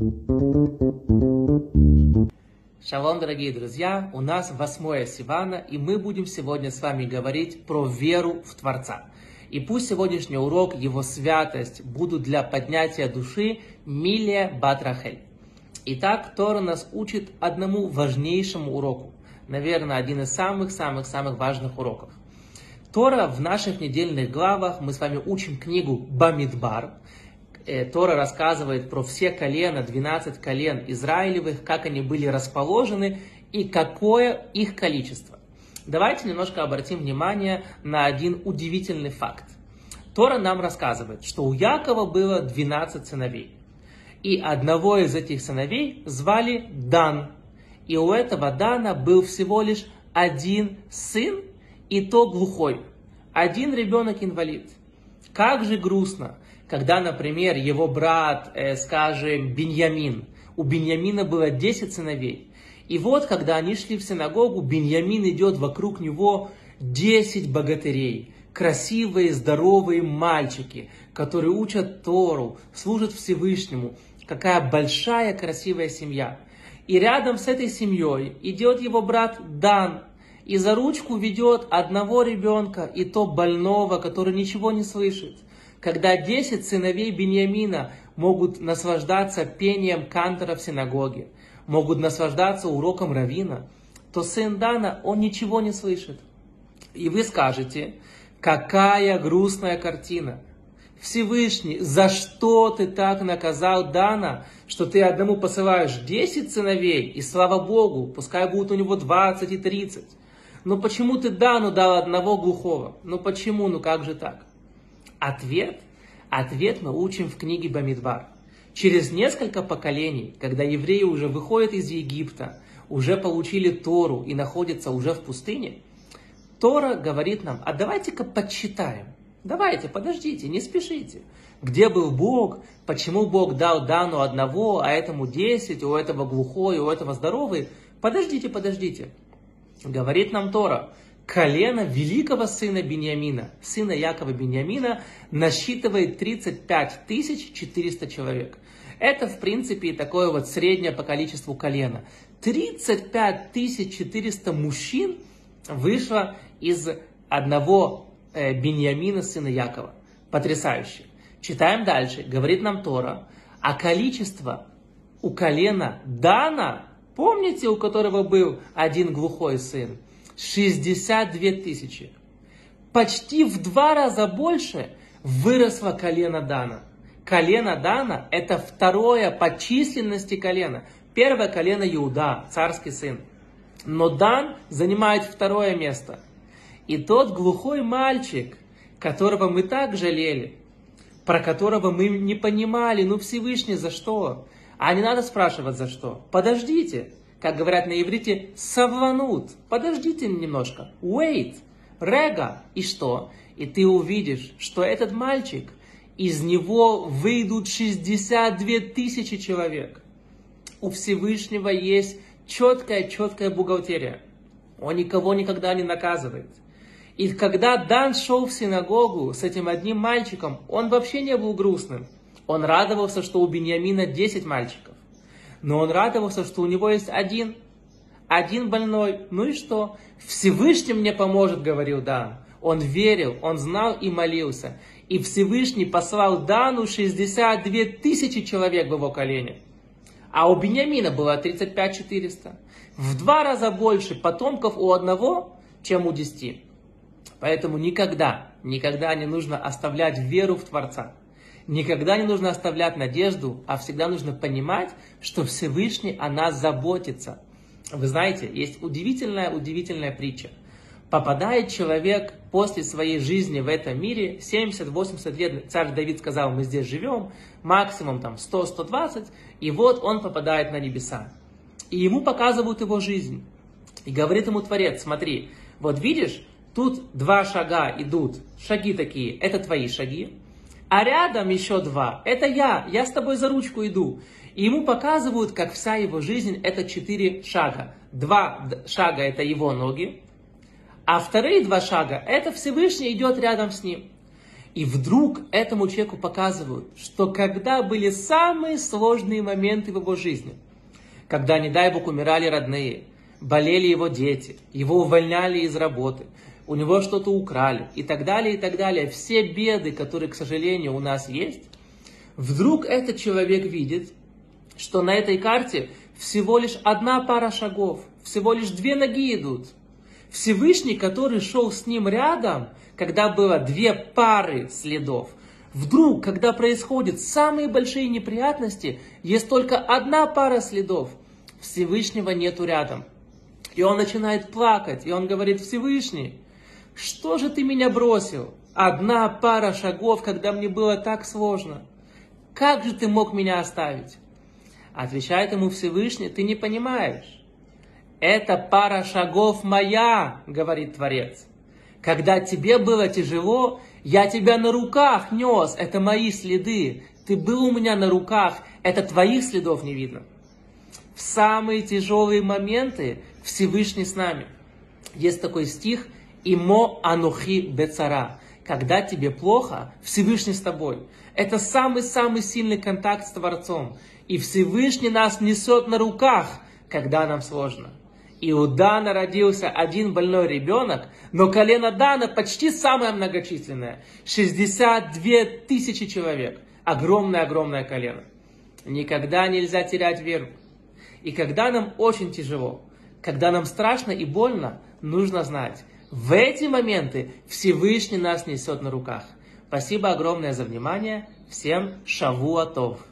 Шалом, дорогие друзья! У нас 8 Сивана, и мы будем сегодня с вами говорить про веру в Творца. И пусть сегодняшний урок, его святость, будут для поднятия души Милия бат Рахель. Итак, Тора нас учит одному важнейшему уроку. Наверное, один из самых-самых-самых важных уроков. Тора в наших недельных главах, мы с вами учим книгу Бамидбар. Тора рассказывает про все колена, 12 колен Израилевых, как они были расположены и какое их количество. Давайте немножко обратим внимание на один удивительный факт. Тора нам рассказывает, что у Якова было 12 сыновей. И одного из этих сыновей звали Дан. И у этого Дана был всего лишь один сын, и то глухой. Один ребенок-инвалид. Как же грустно, когда, например, его брат, скажем, Биньямин, у Биньямина было 10 сыновей. И вот, когда они шли в синагогу, Биньямин идет вокруг него 10 богатырей. Красивые, здоровые мальчики, которые учат Тору, служат Всевышнему. Какая большая, красивая семья. И рядом с этой семьей идет его брат Дан. И за ручку ведет одного ребенка, и то больного, который ничего не слышит. Когда 10 сыновей Биньямина могут наслаждаться пением кантора в синагоге, могут наслаждаться уроком раввина, то сын Дана, он ничего не слышит. И вы скажете, какая грустная картина. Всевышний, за что ты так наказал Дана, что ты одному посылаешь 10 сыновей, и слава Богу, пускай будут у него 20 и 30. Но почему ты Дану дал одного глухого? Ну почему, ну как же так? Ответ мы учим в книге Бамидбар. Через несколько поколений, когда евреи уже выходят из Египта, уже получили Тору и находятся уже в пустыне, Тора говорит нам, а давайте-ка подсчитаем. Давайте, подождите, не спешите. Где был Бог? Почему Бог дал Дану одного, а этому 10, у этого глухой, у этого здоровый? Подождите. Говорит нам Тора. Колено великого сына Биньямина, сына Якова Биньямина, насчитывает 35 400 человек. Это, в принципе, такое вот среднее по количеству колена. 35 400 мужчин вышло из одного Биньямина, сына Якова. Потрясающе. Читаем дальше. Говорит нам Тора. А количество у колена Дана, помните, у которого был один глухой сын? 62 000. Почти в 2 раза больше выросло колено Дана. Колено Дана – это второе по численности колено. Первое колено Иуда, царский сын. Но Дан занимает второе место. И тот глухой мальчик, которого мы так жалели, про которого мы не понимали, ну Всевышний за что? А не надо спрашивать за что. Подождите. Как говорят на иврите, саванут. Подождите немножко. Wait. Рега. И что? И ты увидишь, что этот мальчик, из него выйдут 62 000 человек. У Всевышнего есть четкая бухгалтерия. Он никого никогда не наказывает. И когда Дан шел в синагогу с этим одним мальчиком, он вообще не был грустным. Он радовался, что у Биньямина 10 мальчиков. Но он радовался, что у него есть один больной. Ну и что? Всевышний мне поможет, говорил Дан. Он верил, он знал и молился. И Всевышний послал Дану 62 000 человек в его колене. А у Биньямина было 35 400. В 2 раза больше потомков у одного, чем у 10. Поэтому никогда не нужно оставлять веру в Творца. Никогда не нужно оставлять надежду, а всегда нужно понимать, что Всевышний о нас заботится. Вы знаете, есть удивительная притча. Попадает человек после своей жизни в этом мире, 70-80 лет, царь Давид сказал, мы здесь живем, максимум там 100-120, и вот он попадает на небеса. И ему показывают его жизнь. И говорит ему Творец, смотри, вот видишь, тут 2 шага идут, шаги такие, это твои шаги. А рядом еще 2. Это я с тобой за ручку иду. И ему показывают, как вся его жизнь это 4 шага. 2 шага это его ноги, а вторые 2 шага это Всевышний идет рядом с ним. И вдруг этому человеку показывают, что когда были самые сложные моменты в его жизни, когда, не дай Бог, умирали родные, болели его дети, его увольняли из работы, у него что-то украли и так далее, все беды, которые, к сожалению, у нас есть, вдруг этот человек видит, что на этой карте всего лишь одна пара шагов, всего лишь 2 ноги идут. Всевышний, который шел с ним рядом, когда было 2 пары следов, вдруг, когда происходят самые большие неприятности, есть только 1 пара следов, Всевышнего нету рядом. И он начинает плакать, и он говорит: Всевышний, что же ты меня бросил? 1 пара шагов, когда мне было так сложно. Как же ты мог меня оставить? Отвечает ему Всевышний: ты не понимаешь. Это пара шагов моя, говорит Творец. Когда тебе было тяжело, я тебя на руках нес, это мои следы. Ты был у меня на руках, это твоих следов не видно. В самые тяжелые моменты Всевышний с нами. Есть такой стих: «Имо анухи бецара». Когда тебе плохо, Всевышний с тобой. Это самый-самый сильный контакт с Творцом. И Всевышний нас несет на руках, когда нам сложно. И у Дана родился 1 больной ребенок, но колено Дана почти самое многочисленное. 62 тысячи человек. Огромное-огромное колено. Никогда нельзя терять веру. И когда нам очень тяжело, когда нам страшно и больно, нужно знать, в эти моменты Всевышний нас несет на руках. Спасибо огромное за внимание. Всем шавуа тов.